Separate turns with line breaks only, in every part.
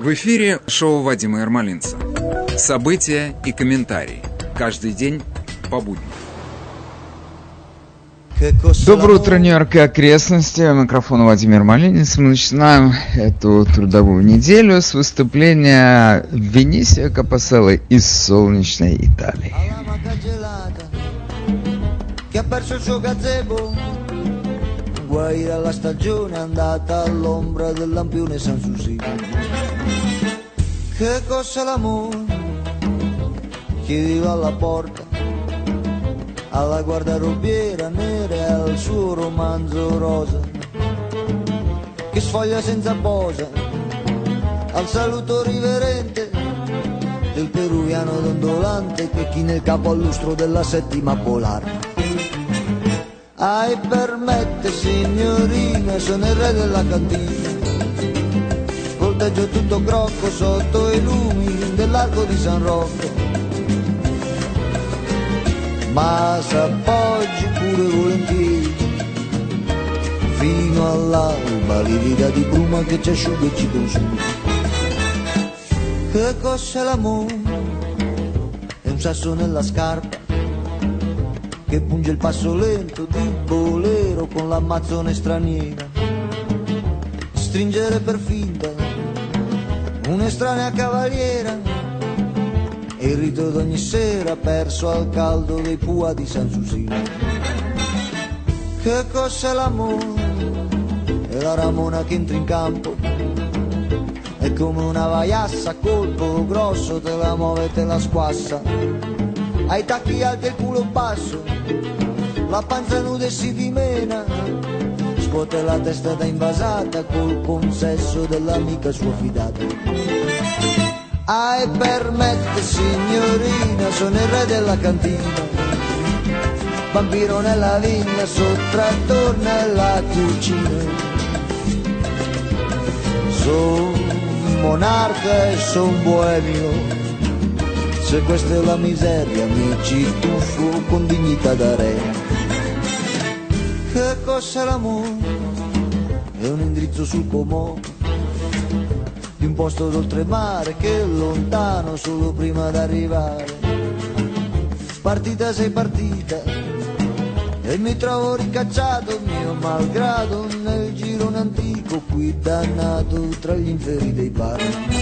В эфире шоу Вадима Ермолинца. События и комментарии. Каждый день по будням.
Доброе утро, Нью-Йорк и окрестности. Микрофон Вадим Ермолинец. Мы начинаем эту трудовую неделю с выступления Винисио Капоселло из солнечной Италии.
Guai dalla stagione è andata all'ombra del lampione San Susino. Che cos'è l'amore? Chiedeva alla porta, alla guardarobiera nera e al suo romanzo rosa, che sfoglia senza posa, al saluto riverente del peruviano dondolante che china il capo al lustro della settima polare. Ai permette signorina, sono il re della cantina, volteggio tutto crocco sotto i lumi dell'arco di San Rocco, ma s'appoggi pure volentieri fino all'alba livida di bruma che ci asciuga e ci consuma. Che cos'è l'amore? È un sasso nella scarpa che punge il passo lento di bolero con l'ammazzone straniera, stringere per finta un'estranea cavaliera e il rito d'ogni sera perso al caldo dei pua di San Susino. Che cos'è l'amore? È la ramona che entra in campo, è come una vaiassa a colpo grosso, te la muove e te la squassa, ai tacchi alti e il culo basso, la panza nuda e si dimena, scuote la testa da invasata col consesso dell'amica sua fidata. Ai permette signorina, sono il re della cantina, vampiro nella vigna, sottrattor nella cucina, son monarca e son boemio, se questa è la miseria mi ci tuffo con dignità da re. Che cos'è l'amore? È un indirizzo sul Como, di un posto d'oltremare che è lontano solo prima d'arrivare. Partita sei partita e mi trovo ricacciato mio malgrado nel girone antico qui dannato tra gli inferi dei bar.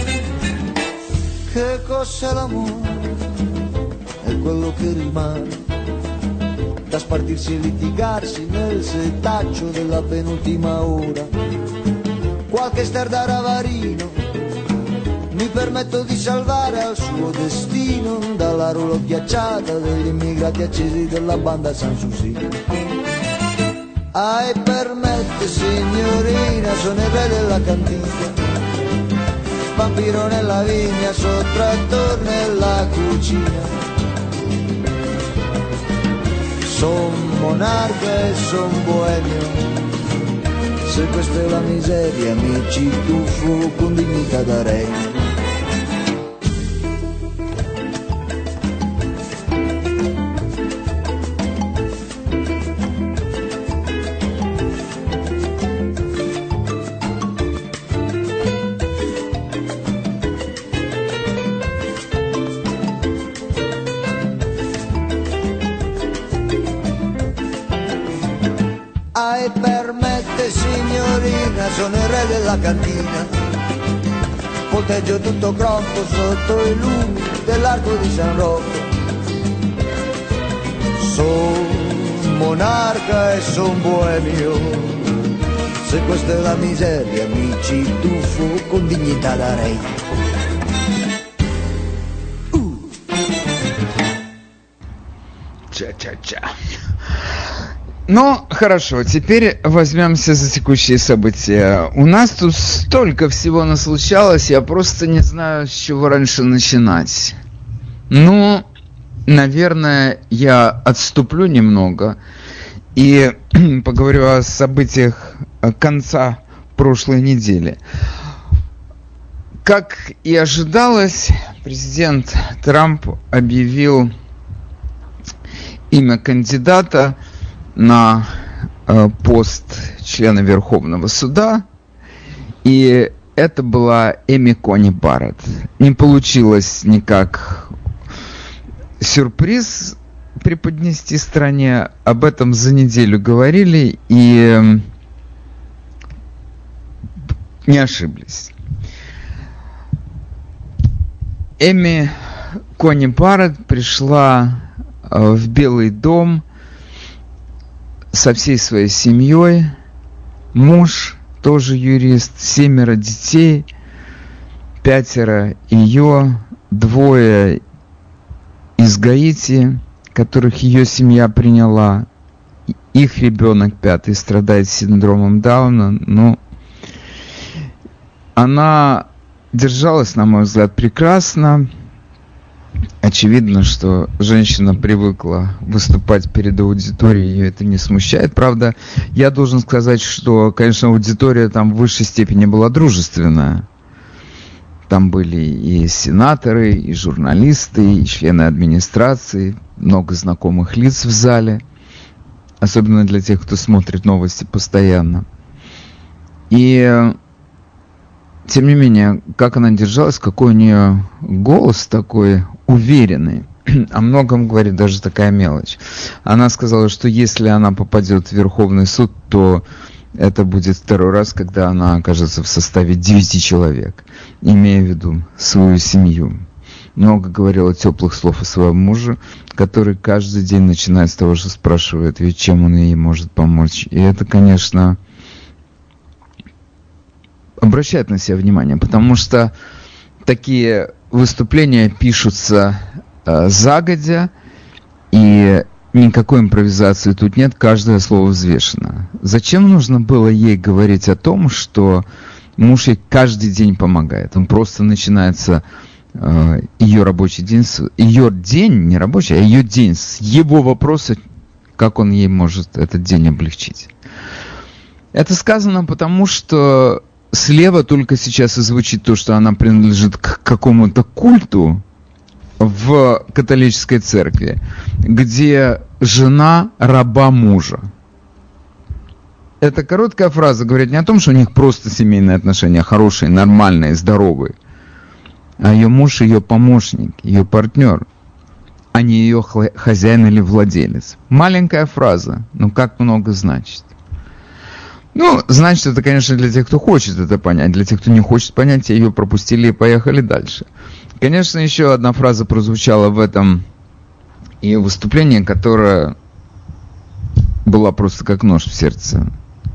Che cos'è l'amore? È quello che rimane da spartirsi e litigarsi nel setaccio della penultima ora. Qualche star da ravarino mi permetto di salvare al suo destino dalla rulo ghiacciata degli immigrati accesi della banda San Susino. Ai permette signorina, sono il re della cantina, vampiro nella vigna, sottrattor nella cucina, son monarca e son boemio, se questa è la miseria mi ci tuffo con dignità da re. Ai permette signorina, sono il re della cantina, volteggio tutto crocco sotto i lumi dell'arco di San Rocco, son monarca e son boemio, se questa è la miseria mi ci tuffo con dignità da re.
Ча-ча-ча. Ну, хорошо, теперь возьмемся за текущие события. У нас тут столько всего наслучалось, я просто не знаю, с чего раньше начинать. Ну, наверное, я отступлю немного и поговорю о событиях конца прошлой недели. Как и ожидалось, президент Трамп объявил имя кандидата на пост члена Верховного суда, и это была Эми Кони Барретт. Не получилось никак сюрприз преподнести стране. Об этом за неделю говорили и не ошиблись. Эми Кони Барретт пришла в Белый дом со всей своей семьей. Муж тоже юрист, 7 детей, 5 ее, 2 из Гаити, которых ее семья приняла. Их ребенок 5 страдает синдромом Дауна. Но она держалась, на мой взгляд, прекрасно. Очевидно, что женщина привыкла выступать перед аудиторией, ее это не смущает. Правда, я должен сказать, что, конечно, аудитория там в высшей степени была дружественная. Там были и сенаторы, и журналисты, и члены администрации, много знакомых лиц в зале, особенно для тех, кто смотрит новости постоянно. И тем не менее, как она держалась, какой у нее голос такой уверенный. О многом говорит даже такая мелочь. Она сказала, что если она попадет в Верховный суд, то это будет 2-й раз, когда она окажется в составе 9 человек, имея в виду свою семью. Много говорила теплых слов о своем муже, который каждый день начинает с того, что спрашивает, ведь чем он ей может помочь. И это, конечно, обращает на себя внимание, потому что такие выступления пишутся загодя, и никакой импровизации тут нет, каждое слово взвешено. Зачем нужно было ей говорить о том, что муж ей каждый день помогает? Он просто начинается, ее рабочий день, ее день, не рабочий, а ее день, с его вопроса, как он ей может этот день облегчить. Это сказано потому, что слева только сейчас и звучит то, что она принадлежит к какому-то культу в католической церкви, где жена раба мужа. Эта короткая фраза говорит не о том, что у них просто семейные отношения хорошие, нормальные, здоровые, а ее муж ее помощник, ее партнер, а не ее хозяин или владелец. Маленькая фраза, но как много значит. Ну, значит, это, конечно, для тех, кто хочет это понять. Для тех, кто не хочет понять, ее пропустили и поехали дальше. Конечно, еще одна фраза прозвучала в этом ее выступлении, которая была просто как нож в сердце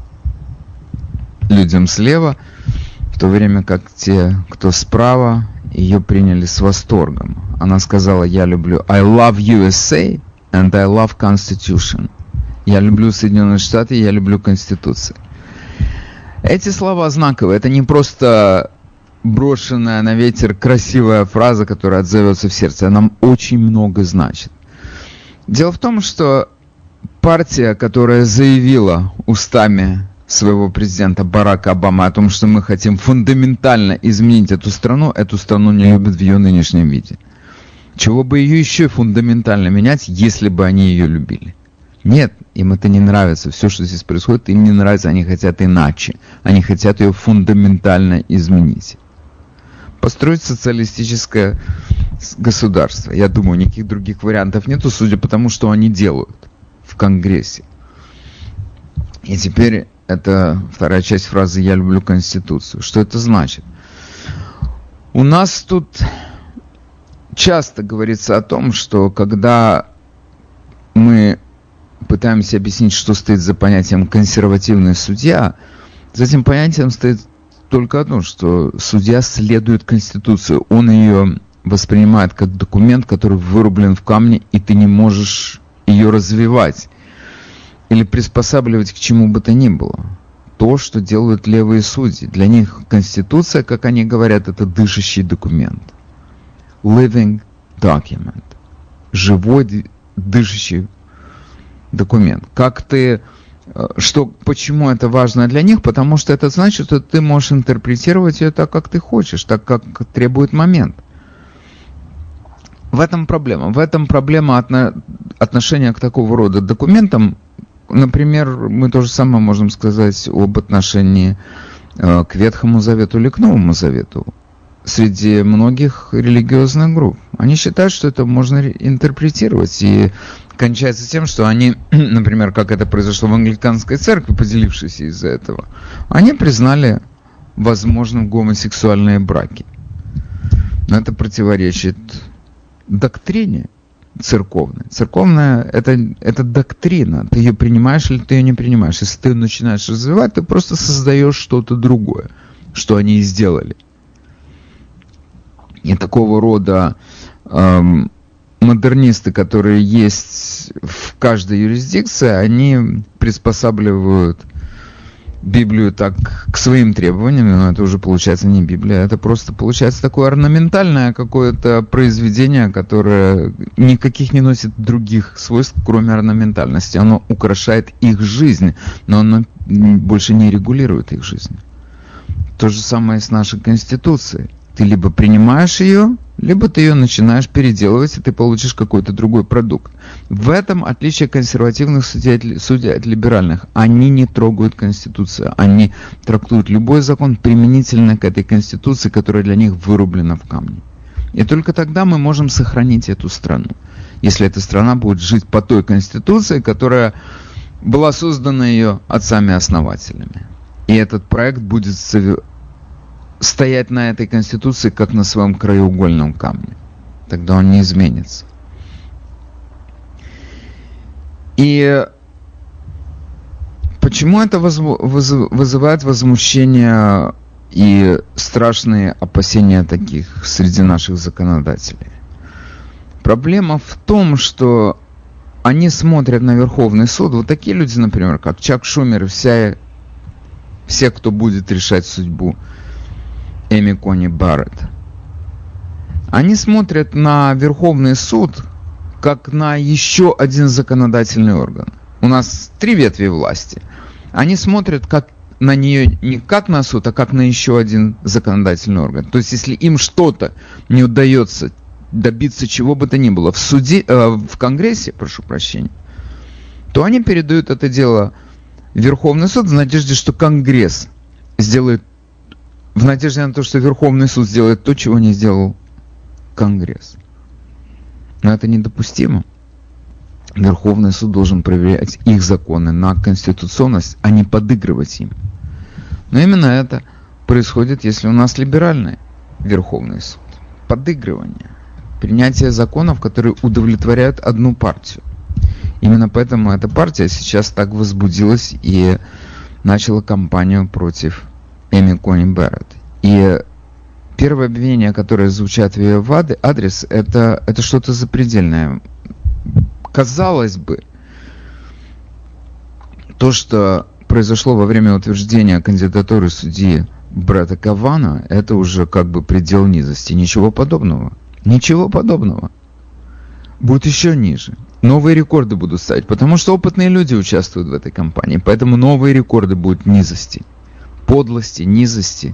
людям слева, в то время как те, кто справа, ее приняли с восторгом. Она сказала: я люблю I love USA and I love Constitution. Я люблю Соединенные Штаты, я люблю Конституцию. Эти слова знаковые. Это не просто брошенная на ветер красивая фраза, которая отзовется в сердце. Она очень много значит. Дело в том, что партия, которая заявила устами своего президента Барака Обамы о том, что мы хотим фундаментально изменить эту страну не любят в ее нынешнем виде. Чего бы ее еще фундаментально менять, если бы они ее любили? Нет, им это не нравится. Все, что здесь происходит, им не нравится. Они хотят иначе. Они хотят ее фундаментально изменить. Построить социалистическое государство. Я думаю, никаких других вариантов нету, судя по тому, что они делают в Конгрессе. И теперь это вторая часть фразы «Я люблю Конституцию». Что это значит? У нас тут часто говорится о том, что когда мы пытаемся объяснить, что стоит за понятием «консервативный судья», за этим понятием стоит только одно, что судья следует Конституции. Он ее воспринимает как документ, который вырублен в камне, и ты не можешь ее развивать или приспосабливать к чему бы то ни было. То, что делают левые судьи. Для них Конституция, как они говорят, это дышащий документ. Living document. Живой дышащий документ. Почему это важно для них? Потому что это значит, что ты можешь интерпретировать ее так, как ты хочешь, так, как требует момент. В этом проблема. В этом проблема отношения к такого рода документам. Например, мы то же самое можем сказать об отношении к Ветхому Завету или к Новому Завету среди многих религиозных групп. Они считают, что это можно интерпретировать, и кончается тем, что они, например, как это произошло в англиканской церкви, поделившись из-за этого, они признали возможным гомосексуальные браки. Но это противоречит доктрине церковной. Церковная это доктрина. Ты ее принимаешь или ты ее не принимаешь. Если ты ее начинаешь развивать, ты просто создаешь что-то другое, что они и сделали. И такого рода модернисты, которые есть в каждой юрисдикции, они приспосабливают Библию так к своим требованиям, но это уже получается не Библия, это просто получается такое орнаментальное какое-то произведение, которое никаких не носит других свойств, кроме орнаментальности. Оно украшает их жизнь, но оно больше не регулирует их жизнь. То же самое с нашей Конституцией. Ты либо принимаешь ее, либо ты ее начинаешь переделывать, и ты получишь какой-то другой продукт. В этом отличие консервативных судей от либеральных. Они не трогают Конституцию. Они трактуют любой закон применительно к этой Конституции, которая для них вырублена в камне. И только тогда мы можем сохранить эту страну. Если эта страна будет жить по той Конституции, которая была создана ее отцами-основателями. И этот проект будет стоять на этой Конституции, как на своем краеугольном камне. Тогда он не изменится. И почему это вызывает возмущение и страшные опасения таких среди наших законодателей? Проблема в том, что они смотрят на Верховный суд, вот такие люди, например, как Чак Шумер и все, кто будет решать судьбу Эми Кони Барретт. Они смотрят на Верховный суд как на еще один законодательный орган. У нас 3 ветви власти. Они смотрят как на нее не как на суд, а как на еще один законодательный орган. То есть, если им что-то не удается добиться чего бы то ни было в Конгрессе, прошу прощения, то они передают это дело в Верховный суд в надежде, что Конгресс сделает, в надежде на то, что Верховный суд сделает то, чего не сделал Конгресс. Но это недопустимо. Верховный суд должен проверять их законы на конституционность, а не подыгрывать им. Но именно это происходит, если у нас либеральный Верховный суд. Подыгрывание. Принятие законов, которые удовлетворяют одну партию. Именно поэтому эта партия сейчас так возбудилась и начала кампанию против Эми Кони Барретт. И первое обвинение, которое звучит в ее адрес, это что-то запредельное. Казалось бы, то, что произошло во время утверждения кандидатуры судьи Бретта Кавана, это уже как бы предел низости. Ничего подобного. Ничего подобного. Будет еще ниже. Новые рекорды будут ставить, потому что опытные люди участвуют в этой кампании. Поэтому новые рекорды будут низости. Подлости, низости.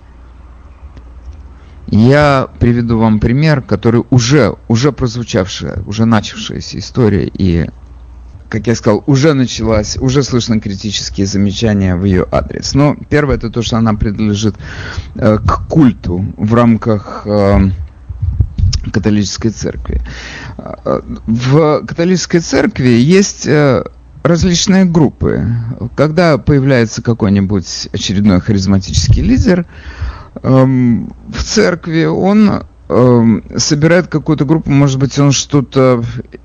Я приведу вам пример, который уже прозвучавшая, уже начавшаяся история. И, как я сказал, уже началась, уже слышно критические замечания в ее адрес. Но первое, это то, что она принадлежит к культу в рамках католической церкви. В католической церкви есть различные группы. Когда появляется какой-нибудь очередной харизматический лидер в церкви, он собирает какую-то группу, может быть, он что-то,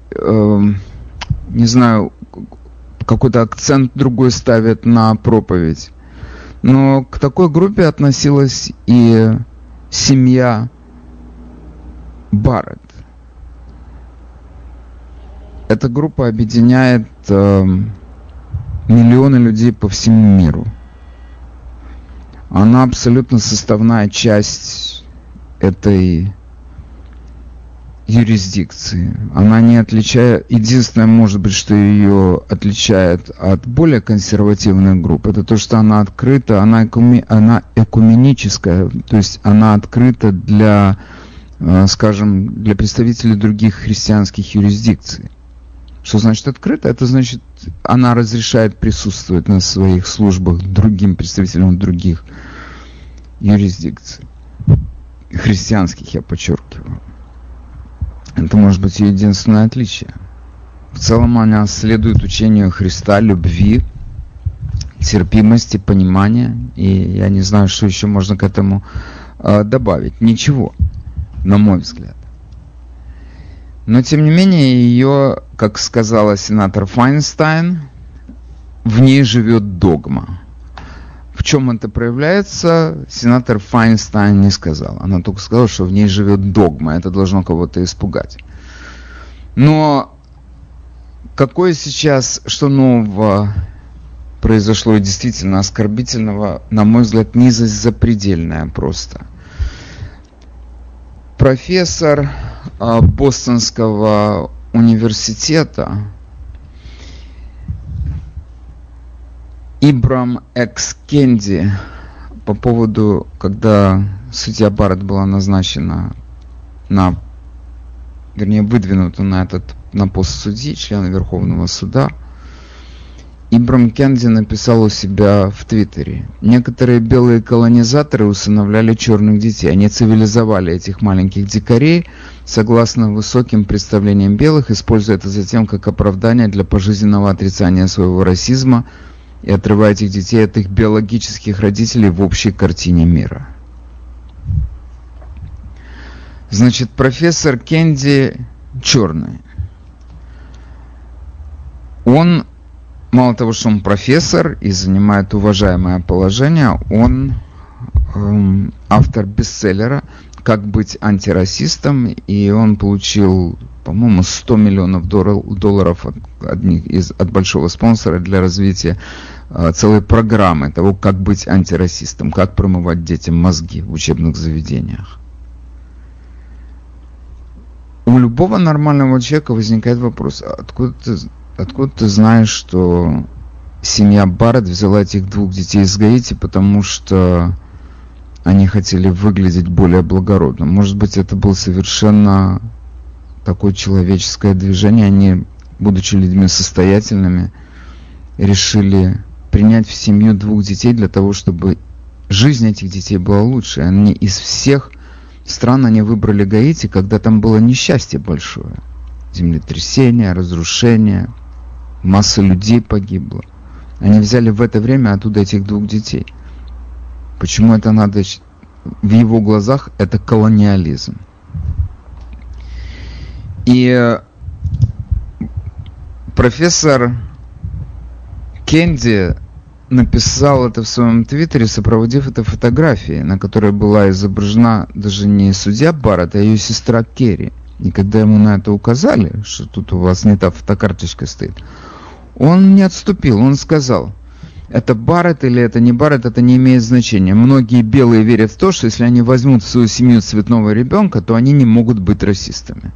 не знаю, какой-то акцент другой ставит на проповедь. Но к такой группе относилась и семья Барретт. Эта группа объединяет миллионы людей по всему миру. Она абсолютно составная часть этой юрисдикции. Она не отличает... Единственное, может быть, что ее отличает от более консервативных групп, это то, что она открыта, она экуменическая, то есть она открыта для, скажем, для представителей других христианских юрисдикций. Что значит открыто? Это значит, она разрешает присутствовать на своих службах другим представителям других юрисдикций. Христианских, я подчеркиваю. Это может быть ее единственное отличие. В целом она следует учению Христа, любви, терпимости, понимания. И я не знаю, что еще можно к этому добавить. Ничего, на мой взгляд. Но, тем не менее, ее, как сказала сенатор Файнстайн, в ней живет догма. В чем это проявляется, сенатор Файнстайн не сказала. Она только сказала, что в ней живет догма. Это должно кого-то испугать. Но какое сейчас, что нового произошло и действительно оскорбительного, на мой взгляд, низость запредельная просто. Профессор Бостонского университета Ибрам Экс Кенди по поводу, когда судья Барретт была назначена выдвинута на пост судьи, члена Верховного суда, Ибрам Кенди написал у себя в Твиттере: некоторые белые колонизаторы усыновляли черных детей. Они цивилизовали этих маленьких дикарей согласно высоким представлениям белых, используя это затем как оправдание для пожизненного отрицания своего расизма и отрывая этих детей от их биологических родителей в общей картине мира. Значит, профессор Кенди черный. Он, мало того, что он профессор и занимает уважаемое положение, он автор бестселлера «Как быть антирасистом», и он получил, по-моему, $100 миллионов от большого спонсора для развития целой программы того, как быть антирасистом, как промывать детям мозги в учебных заведениях. У любого нормального человека возникает вопрос: откуда ты знаешь, что семья Барретт взяла этих 2 детей из Гаити, потому что они хотели выглядеть более благородно? Может быть, это было совершенно такое человеческое движение. Они, будучи людьми состоятельными, решили принять в семью 2 детей для того, чтобы жизнь этих детей была лучше. Они из всех стран выбрали Гаити, когда там было несчастье большое. Землетрясение, разрушение, масса людей погибла. Они взяли в это время оттуда этих 2 детей. Почему это надо? В его глазах это колониализм. И профессор Кенди написал это в своем твиттере, сопроводив это фотографией, на которой была изображена даже не судья Барретт, а ее сестра Керри. И когда ему на это указали, что тут у вас не та фотокарточка стоит, он не отступил, он сказал: это Барретт или это не Барретт, это не имеет значения. Многие белые верят в то, что если они возьмут в свою семью цветного ребенка, то они не могут быть расистами.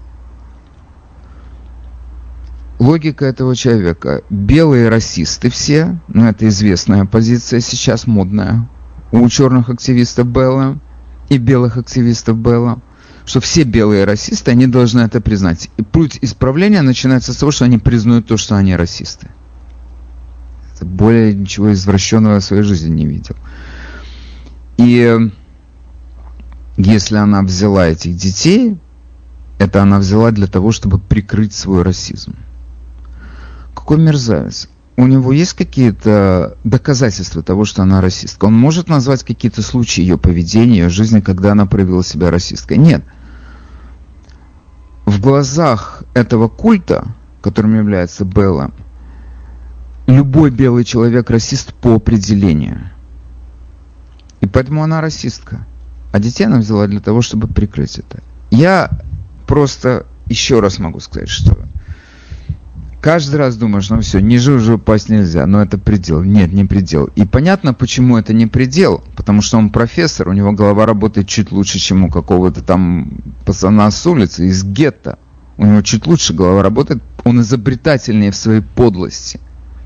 Логика этого человека: белые расисты все, это известная позиция сейчас, модная, у черных активистов БЛМ и белых активистов БЛМ, что все белые расисты, они должны это признать. И путь исправления начинается с того, что они признают то, что они расисты. Это более ничего извращенного я в своей жизни не видел. И если она взяла этих детей, это она взяла для того, чтобы прикрыть свой расизм. Какой мерзавец. У него есть какие-то доказательства того, что она расистка? Он может назвать какие-то случаи ее поведения, ее жизни, когда она проявила себя расисткой? Нет. В глазах этого культа, которым является БЛМ, любой белый человек расист по определению. И поэтому она расистка. А детей она взяла для того, чтобы прикрыть это. Я просто еще раз могу сказать, что каждый раз думаешь: ну все, ниже уже упасть нельзя, но это предел. Нет, не предел. И понятно, почему это не предел. Потому что он профессор, у него голова работает чуть лучше, чем у какого-то там пацана с улицы, из гетто. У него чуть лучше голова работает, он изобретательнее в своей подлости.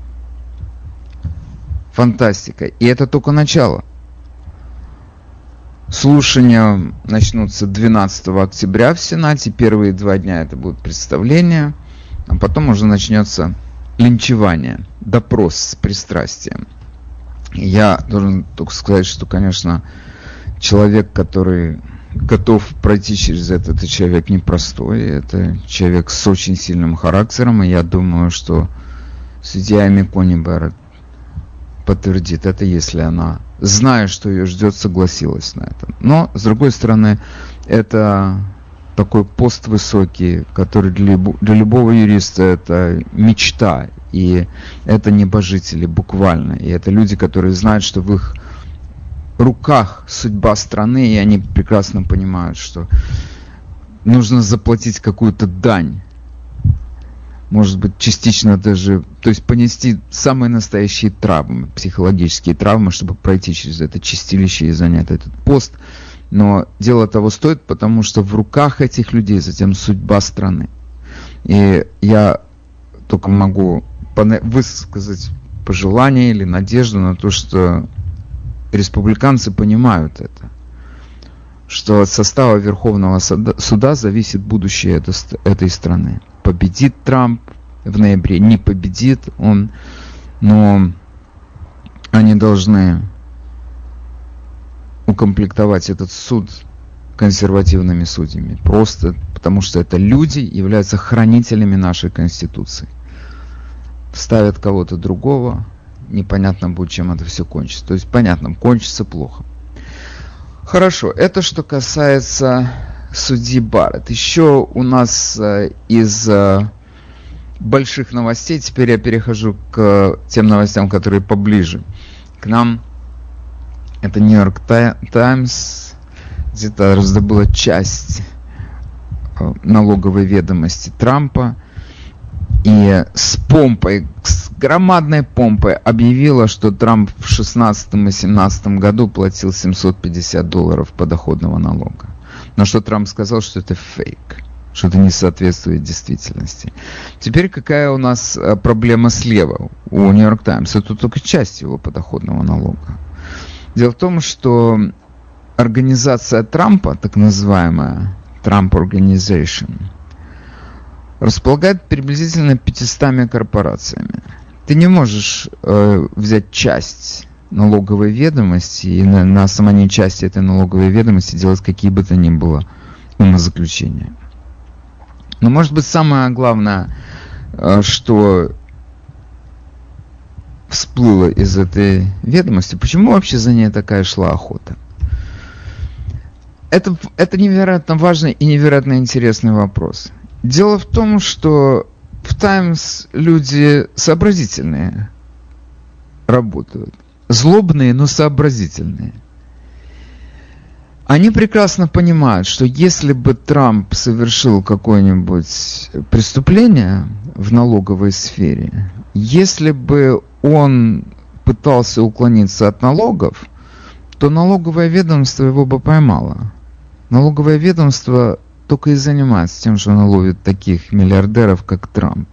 Фантастика. И это только начало. Слушания начнутся 12 октября в Сенате. Первые 2 дня это будут представления. А потом уже начнется линчевание, допрос с пристрастием. Я должен только сказать, что, конечно, человек, который готов пройти через это человек непростой, это человек с очень сильным характером, и я думаю, что судья Эми Кони Барретт подтвердит это, если она, зная, что ее ждет, согласилась на это. Но, с другой стороны, это такой пост высокий, который для любого юриста это мечта, и это небожители буквально, и это люди, которые знают, что в их руках судьба страны, и они прекрасно понимают, что нужно заплатить какую-то дань, может быть, частично даже, то есть понести самые настоящие травмы, психологические травмы, чтобы пройти через это чистилище и занять этот пост. Но дело того стоит, потому что в руках этих людей затем судьба страны. И я только могу высказать пожелание или надежду на то, что республиканцы понимают это, что от состава Верховного суда зависит будущее этой страны. Победит Трамп в ноябре, не победит он, но они должны укомплектовать этот суд консервативными судьями. Просто потому, что это люди являются хранителями нашей Конституции. Ставят кого-то другого, непонятно будет, чем это все кончится. То есть, понятно, кончится плохо. Хорошо, это что касается судьи Барретт. Еще у нас из больших новостей, теперь я перехожу к тем новостям, которые поближе к нам. Это Нью-Йорк Таймс, где-то раздобыла часть налоговой ведомости Трампа и с помпой, с громадной помпой объявила, что Трамп в 2016 и 2017 году платил $750 подоходного налога. Но что Трамп сказал, что это фейк, что это не соответствует действительности. Теперь какая у нас проблема слева у Нью-Йорк Таймс? Это только часть его подоходного налога. Дело в том, что организация Трампа, так называемая Trump Organization, располагает приблизительно 500 корпорациями. Ты не можешь взять часть налоговой ведомости и на основании части этой налоговой ведомости делать какие бы то ни было умозаключения. Но, может быть, самое главное, что всплыло из этой ведомости, почему вообще за ней такая шла охота? Это невероятно важный и невероятно интересный вопрос. Дело в том, что в Times люди сообразительные работают. Злобные, но сообразительные. Они прекрасно понимают, что если бы Трамп совершил какое-нибудь преступление в налоговой сфере, если бы он пытался уклониться от налогов, то налоговое ведомство его бы поймало. Налоговое ведомство только и занимается тем, что оно ловит таких миллиардеров, как Трамп.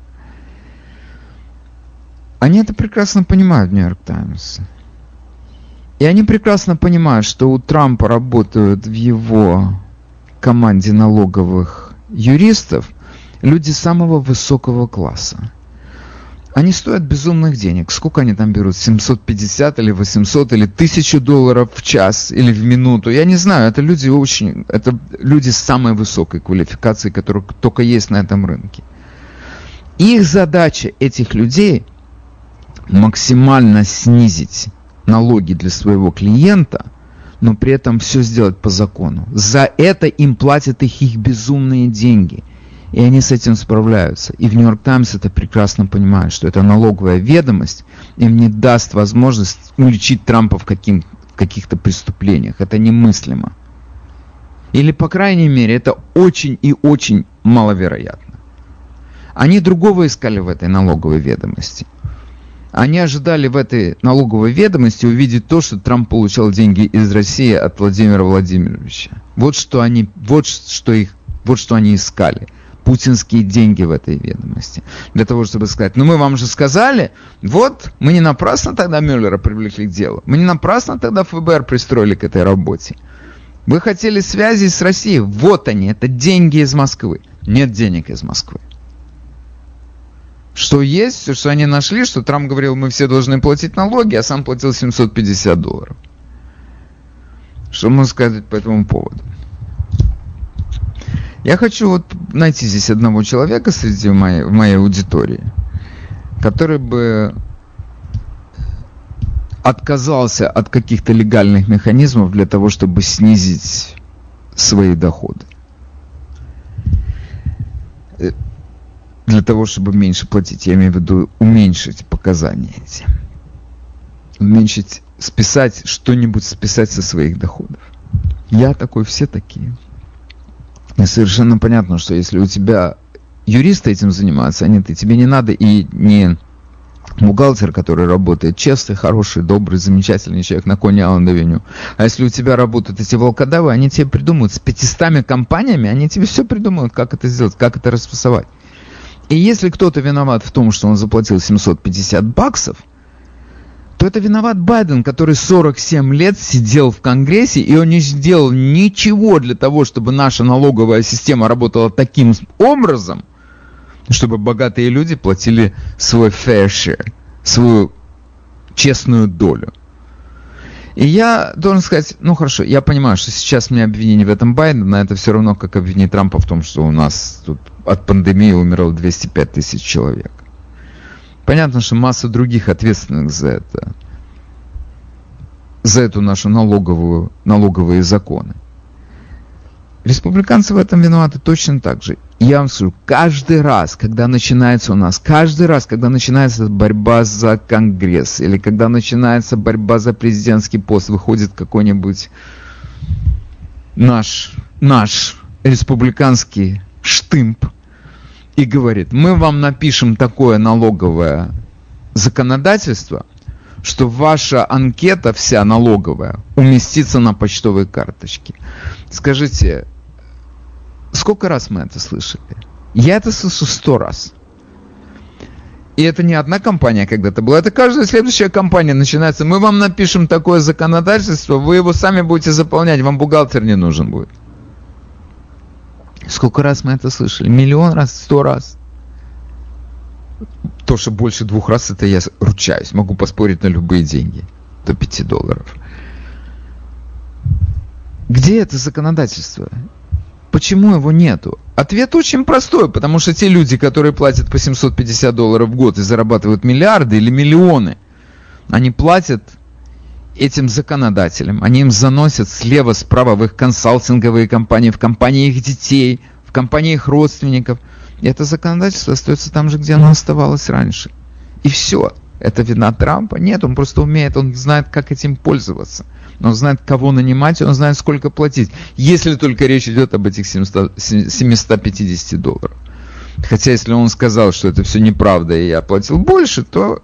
Они это прекрасно понимают в Нью-Йорк Таймс. И они прекрасно понимают, что у Трампа работают в его команде налоговых юристов люди самого высокого класса. Они стоят безумных денег. Сколько они там берут? 750 или 800 или $1000 в час или в минуту? Я не знаю. Это люди с самой высокой квалификацией, которые только есть на этом рынке. Их задача, этих людей, максимально снизить налоги для своего клиента, но при этом все сделать по закону. За это им платят их безумные деньги. И они с этим справляются. И в Нью-Йорк Таймс это прекрасно понимают, что эта налоговая ведомость им не даст возможность уличить Трампа в каких-то преступлениях. Это немыслимо. Или, по крайней мере, это очень и очень маловероятно. Они другого искали в этой налоговой ведомости. Они ожидали в этой налоговой ведомости увидеть то, что Трамп получал деньги из России от Владимира Владимировича. Вот что они искали. Путинские деньги в этой ведомости. Для того, чтобы сказать, мы вам же сказали, вот, мы не напрасно тогда Мюллера привлекли к делу. Мы не напрасно тогда ФБР пристроили к этой работе. Вы хотели связи с Россией. Вот они, это деньги из Москвы. Нет денег из Москвы. Что есть, все, что они нашли, что Трамп говорил, мы все должны платить налоги, а сам платил $750. Что можно сказать по этому поводу? Я хочу вот найти здесь одного человека среди моей аудитории, который бы отказался от каких-то легальных механизмов для того, чтобы снизить свои доходы. Для того, чтобы меньше платить. Я имею в виду уменьшить показания эти. Уменьшить, списать, что-нибудь списать со своих доходов. Я такой, все такие. И совершенно понятно, что если у тебя юристы этим занимаются, а не ты, тебе не надо и не бухгалтер, который работает честный, хороший, добрый, замечательный человек на Кони Айленд-авеню. А если у тебя работают эти волкодавы, они тебе придумают с 500 компаниями, они тебе все придумают, как это сделать, как это расфасовать. И если кто-то виноват в том, что он заплатил $750, то это виноват Байден, который 47 лет сидел в Конгрессе, и он не сделал ничего для того, чтобы наша налоговая система работала таким образом, чтобы богатые люди платили свой fair share, свою честную долю. И я должен сказать, ну хорошо, я понимаю, что сейчас мне обвинение в этом Байдена, это все равно, как обвинить Трампа в том, что у нас тут от пандемии умерло 205 тысяч человек. Понятно, что масса других ответственных за эту нашу налоговые законы. Республиканцы в этом виноваты точно так же. Я вам скажу, каждый раз, когда начинается борьба за Конгресс, или когда начинается борьба за президентский пост, выходит какой-нибудь наш республиканский штымп и говорит, мы вам напишем такое налоговое законодательство, что ваша анкета вся налоговая уместится на почтовой карточке. Скажите, сколько раз мы это слышали? Я это слышу 100 раз. И это не одна компания когда-то была, это каждая следующая компания начинается. Мы вам напишем такое законодательство, вы его сами будете заполнять, вам бухгалтер не нужен будет. Сколько раз мы это слышали? 1 000 000 раз, 100 раз. То, что больше 2 раз, это я ручаюсь. Могу поспорить на любые деньги. До $5. Где это законодательство? Почему его нету? Ответ очень простой, потому что те люди, которые платят по $750 в год и зарабатывают миллиарды или миллионы, они платят этим законодателям, они им заносят слева-справа в их консалтинговые компании, в компании их детей, в компании их родственников. И это законодательство остается там же, где оно оставалось раньше. И все. Это вина Трампа? Нет, он просто умеет, он знает, как этим пользоваться. Он знает, кого нанимать, он знает, сколько платить. Если только речь идет об этих $750. Хотя, если он сказал, что это все неправда, и я платил больше, то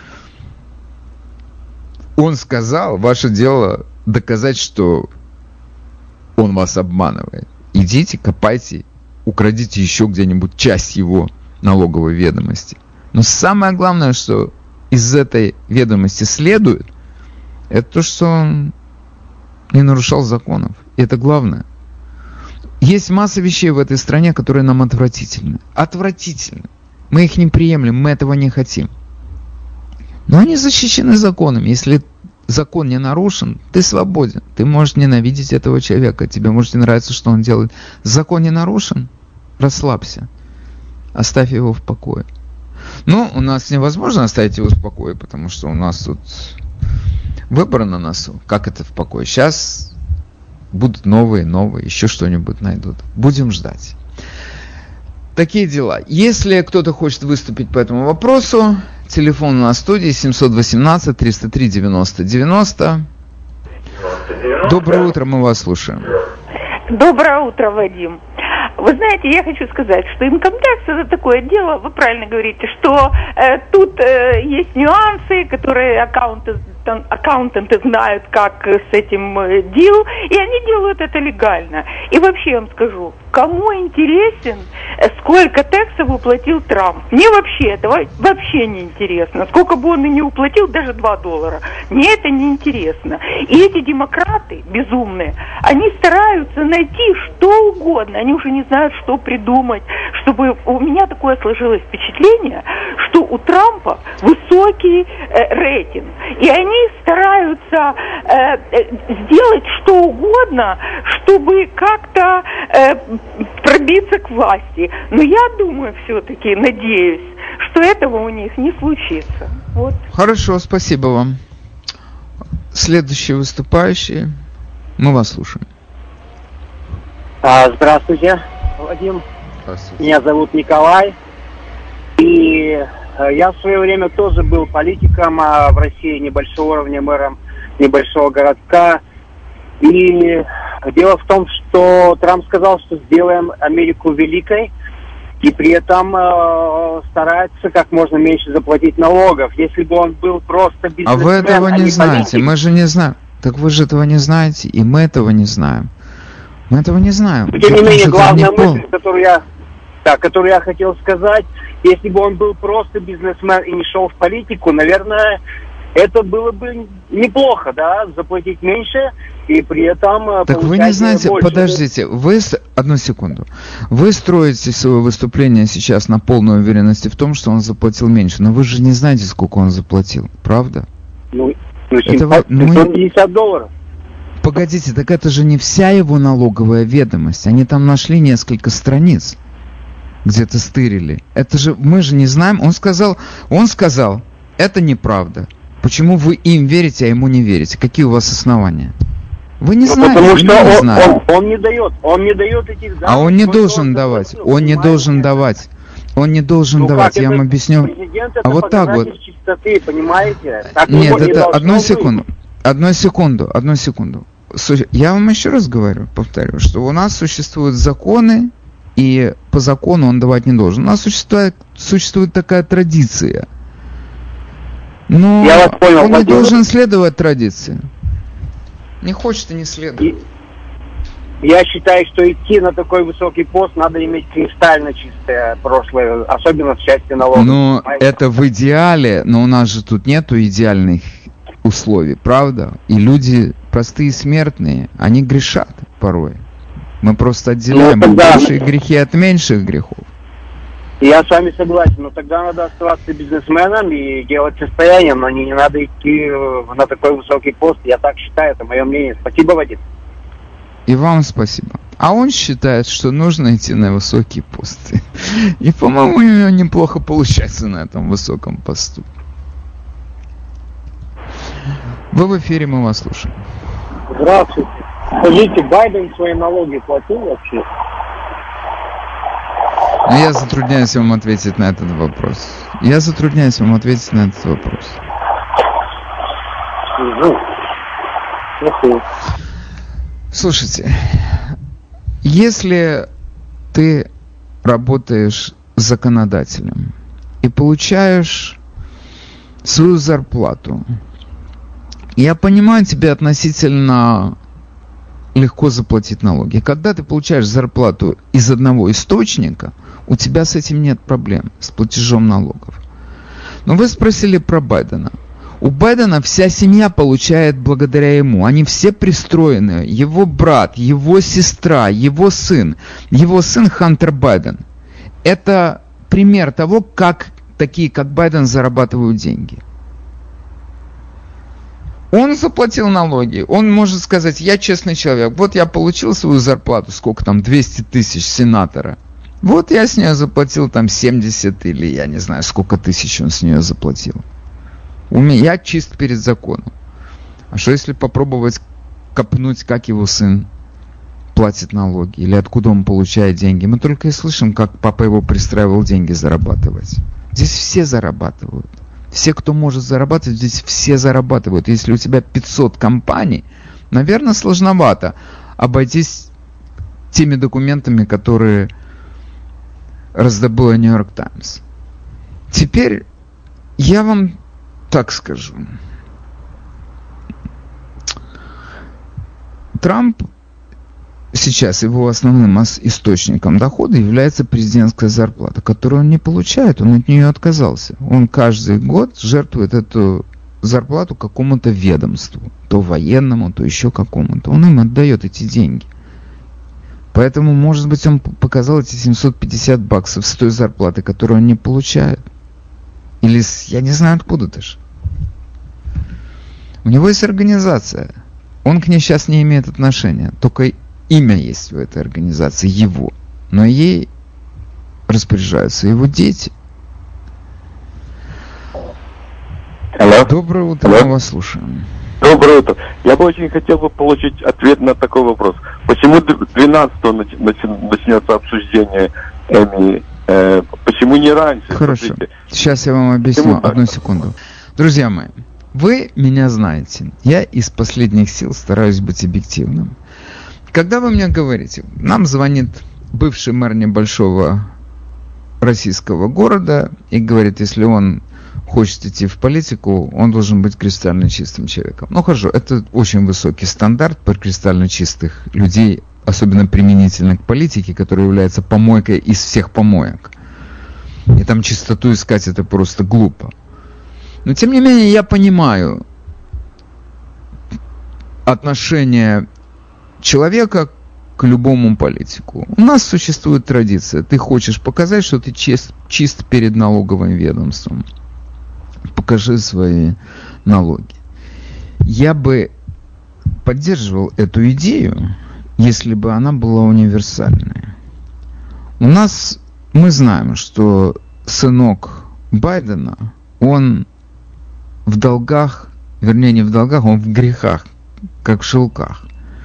он сказал, ваше дело доказать, что он вас обманывает. Идите, копайте, украдите еще где-нибудь часть его налоговой ведомости. Но самое главное, что из этой ведомости следует, это то, что он не нарушал законов. И это главное. Есть масса вещей в этой стране, которые нам отвратительны. Отвратительны. Мы их не приемлем, мы этого не хотим. Но они защищены законами. Если закон не нарушен, ты свободен. Ты можешь ненавидеть этого человека, тебе может не нравиться, что он делает. Закон не нарушен, расслабься. Оставь его в покое. Ну, у нас невозможно оставить его в покое, потому что у нас тут выборы на носу. Как это в покое? Сейчас будут новые, еще что-нибудь найдут. Будем ждать. Такие дела. Если кто-то хочет выступить по этому вопросу, телефон на студии 718-303-90-90. Доброе утро, мы вас слушаем.
Доброе утро, Вадим. Вы знаете, я хочу сказать, что инком-такс это такое дело, вы правильно говорите, что тут есть нюансы, которые аккаунтанты знают, как с этим дел, и они делают это легально. И вообще я вам скажу, кому интересен, сколько таксов уплатил Трамп? Мне вообще это вообще не интересно. Сколько бы он и не уплатил, даже $2. Мне это не интересно. И эти демократы безумные, они стараются найти что угодно. Они уже не знают, что придумать, чтобы... У меня такое сложилось впечатление, что у Трампа высокий рейтинг. И они стараются сделать что угодно, угодно, чтобы как-то пробиться к власти. Но я думаю, все-таки, надеюсь, что этого у них не случится. Вот.
Хорошо, спасибо вам. Следующие выступающие. Мы вас слушаем.
Здравствуйте, Вадим.
Здравствуйте.
Меня зовут Николай. И я в свое время тоже был политиком в России небольшого уровня, мэром небольшого городка. И дело в том, что Трамп сказал, что сделаем Америку великой, и при этом старается как можно меньше заплатить налогов. Если бы он был просто бизнесмен,
А вы этого не знаете,
политик.
мы же не знаем. Так вы же этого не знаете, и мы этого не знаем. Мы этого не знаем.
Тем не менее, главная мысль, которую я хотел сказать, если бы он был просто бизнесмен и не шел в политику, наверное, это было бы неплохо, да, заплатить меньше и при этом
так вы не знаете,
больше.
Подождите, одну секунду. Вы строите свое выступление сейчас на полной уверенности в том, что он заплатил меньше, но вы же не знаете, сколько он заплатил, правда?
Ну
это
750 долларов.
Погодите, так это же не вся его налоговая ведомость. Они там нашли несколько страниц, где-то стырили. Это же, мы же не знаем. Он сказал, это неправда. Почему вы им верите, а ему не верите? Какие у вас основания? Вы не знаете,
потому что
он
не дает этих данных.
А он не должен давать, он не должен давать. Он не должен давать, я вам объясню. А вот так вот.
Чистоты, понимаете?
Нет, это одну секунду. Я вам еще раз повторю, что у нас существуют законы, и по закону он давать не должен. У нас существует такая традиция. Но
я вас понял,
он не должен следовать традиции. Не хочет и не следует.
Я считаю, что идти на такой высокий пост надо иметь кристально чистое прошлое, особенно в части налогов.
Но это в идеале, но у нас же тут нету идеальных условий, правда? И люди, простые смертные, они грешат порой. Мы просто отделяем большие грехи от меньших грехов.
Я с вами согласен, но тогда надо оставаться бизнесменом и делать состояние, но не надо идти на такой высокий пост. Я так считаю, это мое мнение. Спасибо, Вадим.
И вам спасибо. А он считает, что нужно идти на высокие посты. И, по-моему, у него неплохо получается на этом высоком посту. Вы в эфире, мы вас слушаем.
Здравствуйте. Скажите, Байден свои налоги платил вообще?
Но я затрудняюсь вам ответить на этот вопрос. Слушайте, если ты работаешь законодателем и получаешь свою зарплату, я понимаю, тебе относительно легко заплатить налоги. Когда ты получаешь зарплату из одного источника, у тебя с этим нет проблем, с платежом налогов. Но вы спросили про Байдена. У Байдена вся семья получает благодаря ему. Они все пристроены. Его брат, его сестра, его сын. Его сын Хантер Байден. Это пример того, как такие, как Байден, зарабатывают деньги. Он заплатил налоги. Он может сказать, я честный человек. Вот я получил свою зарплату, сколько там, 200 тысяч сенатора. Вот я с нее заплатил там 70 или я не знаю, сколько тысяч он с нее заплатил. Я чист перед законом. А что если попробовать копнуть, как его сын платит налоги? Или откуда он получает деньги? Мы только и слышим, как папа его пристраивал деньги зарабатывать. Здесь все зарабатывают. Все, кто может зарабатывать, здесь все зарабатывают. Если у тебя 500 компаний, наверное, сложновато обойтись теми документами, которые раздобыла Нью-Йорк Таймс. Теперь я вам так скажу. Трамп сейчас, его основным источником дохода является президентская зарплата, которую он не получает, он от нее отказался. Он каждый год жертвует эту зарплату какому-то ведомству, то военному, то еще какому-то. Он им отдает эти деньги. Поэтому, может быть, он показал эти $750 с той зарплаты, которую он не получает. Или я не знаю откуда даже. У него есть организация. Он к ней сейчас не имеет отношения. Только имя есть в этой организации, его. Но ей распоряжаются его дети.
Алло.
Доброе утро,
Алло.
мы вас слушаем.
Доброе утро. Я бы очень хотел бы получить ответ на такой вопрос. Почему 12-го начнется обсуждение Эми? Почему не раньше?
Хорошо.
Смотрите.
Сейчас я вам объясню. Одну секунду. Друзья мои, вы меня знаете. Я из последних сил стараюсь быть объективным. Когда вы мне говорите, нам звонит бывший мэр небольшого российского города и говорит, если он хочет идти в политику, он должен быть кристально чистым человеком. Ну хорошо, это очень высокий стандарт про кристально чистых людей, особенно применительно к политике, которая является помойкой из всех помоек. И там чистоту искать это просто глупо. Но тем не менее я понимаю отношение человека к любому политику. У нас существует традиция. Ты хочешь показать, что ты чист перед налоговым ведомством. Покажи свои налоги. Я бы поддерживал эту идею, если бы она была универсальной. У нас, мы знаем, что сынок Байдена, он в долгах, вернее не в долгах, он в грехах, как в шелках.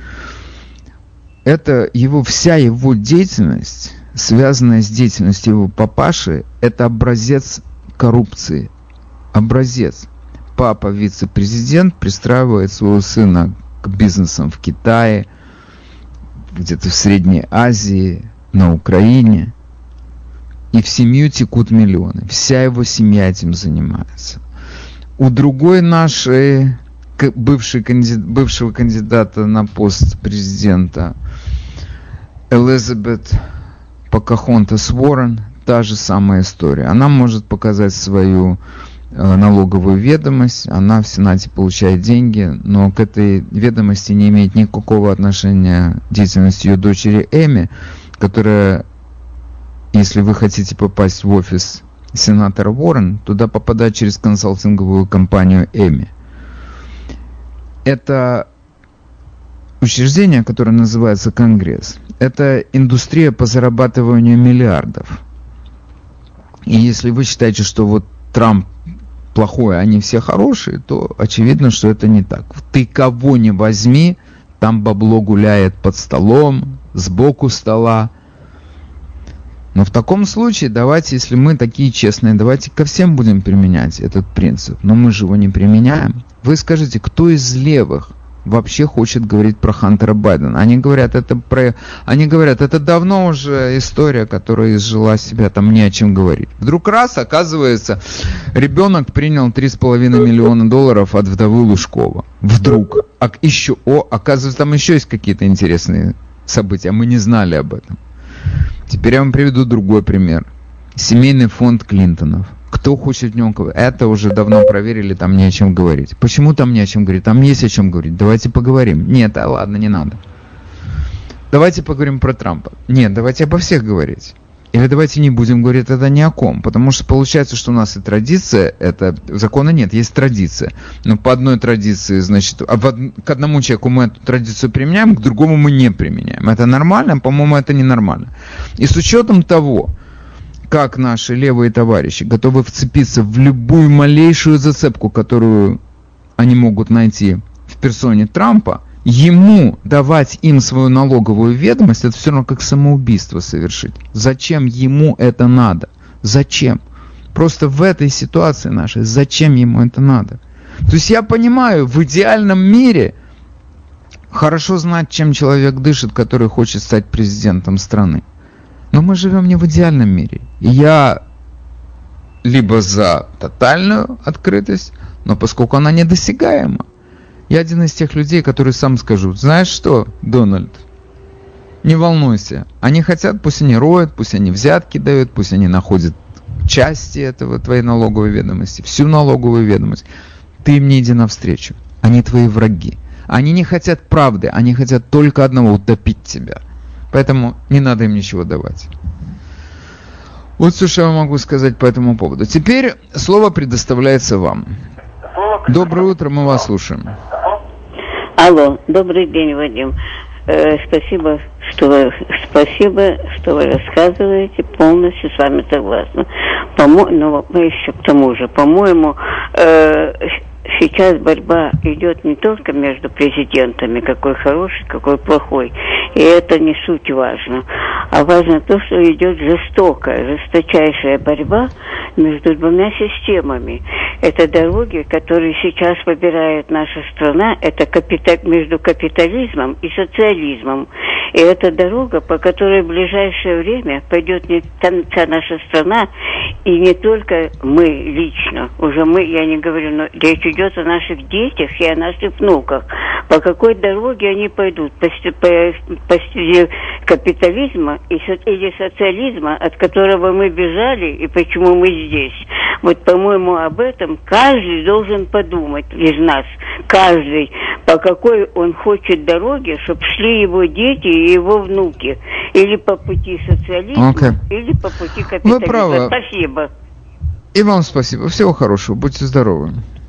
Это вся его деятельность, связанная с деятельностью его папаши, это образец коррупции. Образец. Папа, вице-президент, пристраивает своего сына к бизнесам в Китае, где-то в Средней Азии, на Украине. И в семью текут миллионы. Вся его семья этим занимается. У другой нашей бывшего кандидата на пост президента Элизабет Покахонтас Уоррен, та же самая история. Она может показать свою налоговую ведомость, она в Сенате получает деньги, но к этой ведомости не имеет никакого отношения деятельность ее дочери Эми, которая, если вы хотите попасть в офис сенатора Уоррен, туда попадать через консалтинговую компанию Эми. Это учреждение, которое называется Конгресс. Это индустрия по зарабатыванию миллиардов. И если вы считаете, что вот Трамп плохой, а они все хорошие, то очевидно, что это не так. Ты кого не возьми, там бабло гуляет под столом, сбоку стола. Но в таком случае, давайте, если мы такие честные, давайте ко всем будем применять этот принцип. Но мы же его не применяем. Вы скажите, кто из левых вообще хочет говорить про Хантера Байдена? Они говорят, это давно уже история, которая изжила себя, там не о чем говорить. Вдруг раз, оказывается, ребенок принял $3,5 миллиона от вдовы Лужкова. Вдруг. Оказывается, там еще есть какие-то интересные события, мы не знали об этом. Теперь я вам приведу другой пример. Семейный фонд Клинтонов. Кто хочет в нем говорить? Это уже давно проверили, там не о чем говорить. Почему там не о чем говорить? Там есть о чем говорить. Давайте поговорим. Нет, ладно, не надо. Давайте поговорим про Трампа. Нет, давайте обо всех говорить. Или давайте не будем говорить тогда ни о ком. Потому что получается, что у нас и традиция, закона нет, есть традиция. Но по одной традиции, значит, к одному человеку мы эту традицию применяем, к другому мы не применяем. Это нормально? По-моему, это ненормально. И с учетом того, как наши левые товарищи готовы вцепиться в любую малейшую зацепку, которую они могут найти в персоне Трампа, ему давать им свою налоговую ведомость, это все равно как самоубийство совершить. Зачем ему это надо? Зачем? Просто в этой ситуации нашей, зачем ему это надо? То есть я понимаю, в идеальном мире хорошо знать, чем человек дышит, который хочет стать президентом страны. Но мы живем не в идеальном мире. И я либо за тотальную открытость, но поскольку она недосягаема, я один из тех людей, которые сам скажут, знаешь что, Дональд, не волнуйся. Они хотят, пусть они роют, пусть они взятки дают, пусть они находят части этого твоей налоговой ведомости, всю налоговую ведомость. Ты им не иди навстречу. Они твои враги. Они не хотят правды, они хотят только одного – утопить тебя. Поэтому не надо им ничего давать. Вот все, что я могу сказать по этому поводу. Теперь слово предоставляется вам. Доброе утро, мы вас слушаем.
Алло, добрый день, Вадим. Спасибо, что вы рассказываете, полностью с вами согласна. Но еще к тому же, по-моему, сейчас борьба идет не только между президентами, какой хороший, какой плохой, и это не суть важно, а важно то, что идет жесточайшая борьба между двумя системами. Это дороги, которые сейчас выбирает наша страна, это между капитализмом и социализмом. И это дорога, по которой в ближайшее время пойдет не вся наша страна, и не только мы лично, уже мы, я не говорю, но речь идет о наших детях и о наших внуках. По какой дороге они пойдут? По стезе капитализма или социализма, от которого мы бежали, и почему мы здесь? Вот, по-моему, об этом каждый должен подумать из нас. Каждый, по какой он хочет дороге, чтобы шли его дети и его внуки. Или по пути социализма, или по пути капитализма.
Вы правы.
Спасибо.
И вам спасибо. Всего хорошего. Будьте здоровы.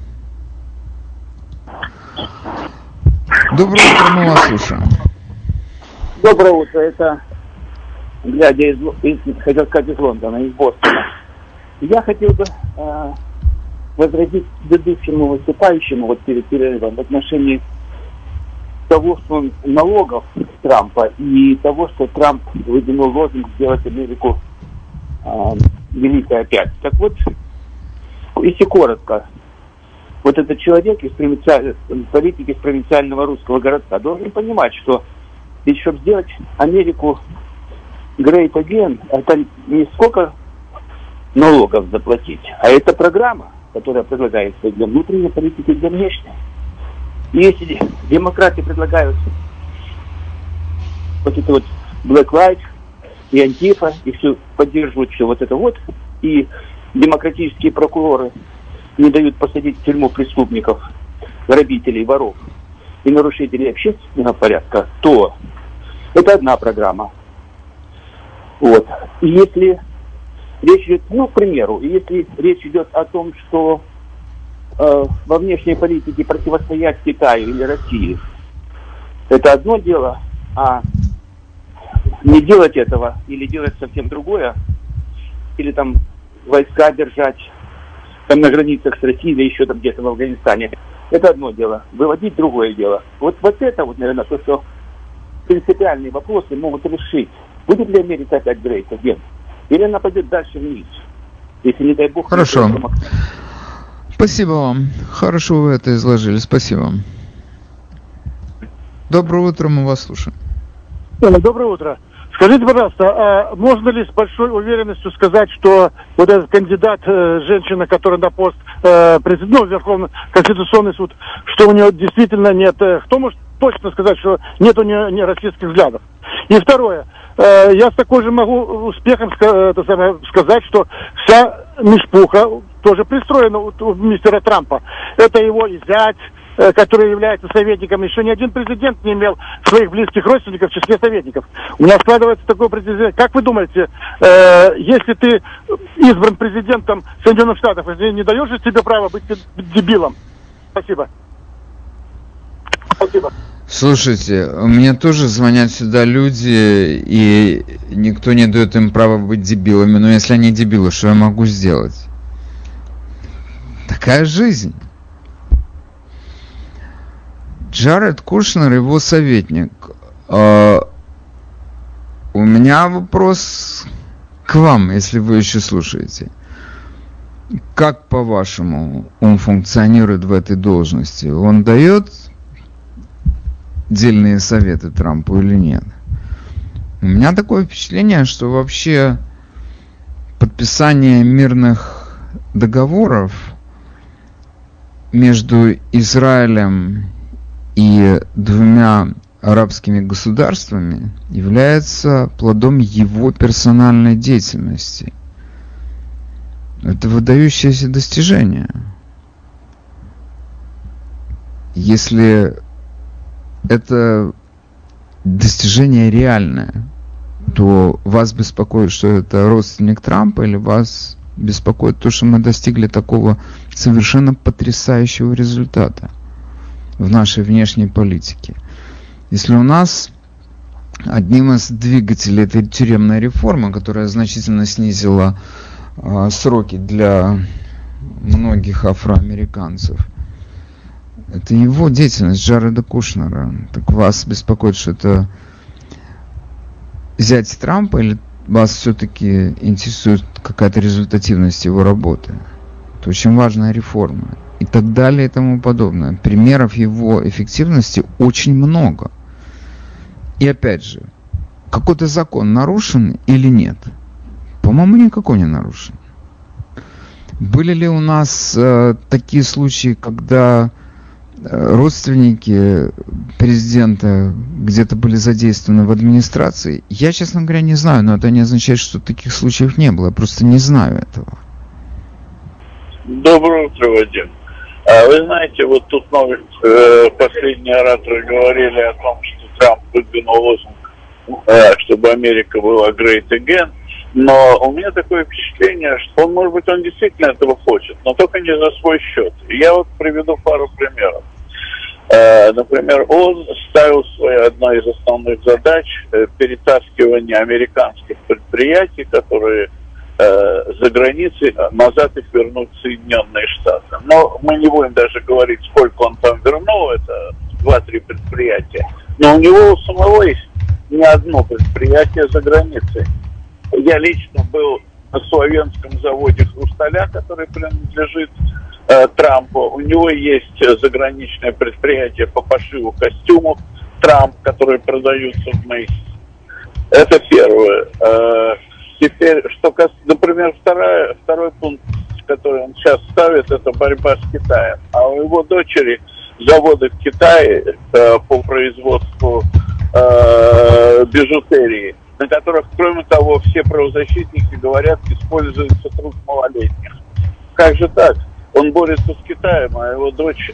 Доброе утро, мы вас слушаем.
Доброе утро. Это глядя хотел сказать, из Лондона, из Бостона. Я хотел бы возразить предыдущему выступающему вот перед перерывом в отношении того, что налогов Трампа и того, что Трамп выдвинул лозунг «Сделать Америку великой опять». Так вот, если коротко, вот этот человек из политики из провинциального русского городка должен понимать, что ведь чтобы сделать Америку great again, это не сколько налогов заплатить, а это программа, которая предлагается для внутренней политики и для внешней. И если демократы предлагают вот это вот Black Lives и Антифа, и все поддерживают все вот это вот, и демократические прокуроры не дают посадить в тюрьму преступников, грабителей, воров и нарушителей общественного порядка, то это одна программа. Вот. И если речь идет, к примеру, если речь идет о том, что во внешней политике противостоять Китаю или России, это одно дело, а не делать этого или делать совсем другое, или там войска держать там на границах с Россией или еще там где-то в Афганистане, это одно дело, выводить другое дело. Вот это вот, наверное, то, что принципиальные вопросы могут решить. Будет ли Америка опять great again? Или она пойдет дальше вниз? Если, не дай бог...
Хорошо. Спасибо вам. Хорошо вы это изложили. Спасибо. Доброе утро, мы вас слушаем.
Доброе утро. Скажите, пожалуйста, а можно ли с большой уверенностью сказать, что вот этот кандидат, женщина, которая на пост Верховный Конституционный суд, что у нее действительно нет... Кто может точно сказать, что нет у нее ни российских взглядов? И второе. Я с такой же могу успехом сказать, что вся мишпуха тоже пристроена у мистера Трампа. Это его и зять, который является советником. Еще ни один президент не имел своих близких родственников в числе советников. У меня складывается такой президент. Как вы думаете, если ты избран президентом Соединенных Штатов, не даешь же себе право быть дебилом? Спасибо. Спасибо.
Слушайте, мне тоже звонят сюда люди, и никто не дает им права быть дебилами. Но если они дебилы, что я могу сделать? Такая жизнь. Джаред Кушнер, его советник. У меня вопрос к вам, если вы еще слушаете. Как, по-вашему, он функционирует в этой должности? Он дает дельные советы Трампу или нет? У меня такое впечатление, что вообще подписание мирных договоров между Израилем и двумя арабскими государствами является плодом его персональной деятельности. Это выдающееся достижение. Если это достижение реальное, то вас беспокоит, что это родственник Трампа, или вас беспокоит то, что мы достигли такого совершенно потрясающего результата? в нашей внешней политике. Если у нас одним из двигателей этой тюремной реформы, которая значительно снизила сроки для многих афроамериканцев, это его деятельность, Джареда Кушнера. Так вас беспокоит, что это зять Трампа, или вас все-таки интересует какая-то результативность его работы? Это очень важная реформа. И так далее и тому подобное. Примеров его эффективности очень много. И опять же, какой-то закон нарушен или нет? По-моему, никакой не нарушен. Были ли у нас такие случаи, когда родственники президента где-то были задействованы в администрации? Я, честно говоря, не знаю, но это не означает, что таких случаев не было. Я просто не знаю этого.
Доброе утро, Вадим. Вы знаете, вот тут последние ораторы говорили о том, что Трамп выдвинул лозунг, чтобы Америка была great again. Но у меня такое впечатление, что он, может быть, он действительно этого хочет, но только не за свой счет. Я вот приведу пару примеров. Например, он ставил своей одной из основных задач перетаскивание американских предприятий, которые за границей, назад их вернуть в Соединенные Штаты. Но мы не будем даже говорить, сколько он там вернул, это 2-3 предприятия. Но у него у самого есть не одно предприятие за границей. Я лично был на Словенском заводе «Хрусталя», который принадлежит Трампу. У него есть заграничное предприятие по пошиву костюмов «Трамп», которые продаются в Мейсис. Это первое. Теперь, что касается, например, второй пункт, который он сейчас ставит, это борьба с Китаем. А у его дочери заводы в Китае по производству бижутерии, на которых, кроме того, все правозащитники говорят, используется труд малолетних. Как же так? Он борется с Китаем, а его дочь...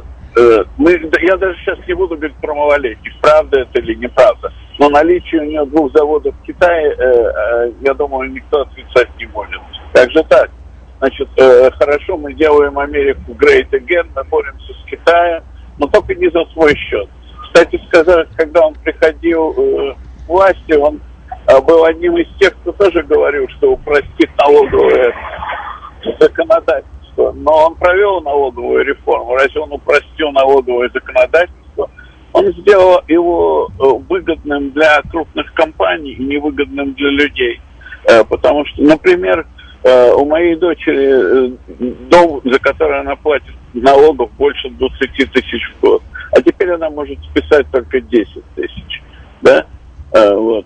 я даже сейчас не буду говорить про малолетних, правда это или неправда. Но наличие у нее 2 заводов в Китае, я думаю, никто отрицать не может. Как же так? Значит, хорошо, мы делаем Америку great again, мы боремся с Китаем, но только не за свой счет. Кстати сказать, когда он приходил к власти, он был одним из тех, кто тоже говорил, что упростит налоговое законодательство. Но он провел налоговую реформу. Разве он упростил налоговое законодательство? Он сделал его выгодным для крупных компаний и невыгодным для людей. Потому что, например, у моей дочери дом, за который она платит налогов, больше 20 тысяч в год. А теперь она может списать только 10 тысяч. Да? Вот.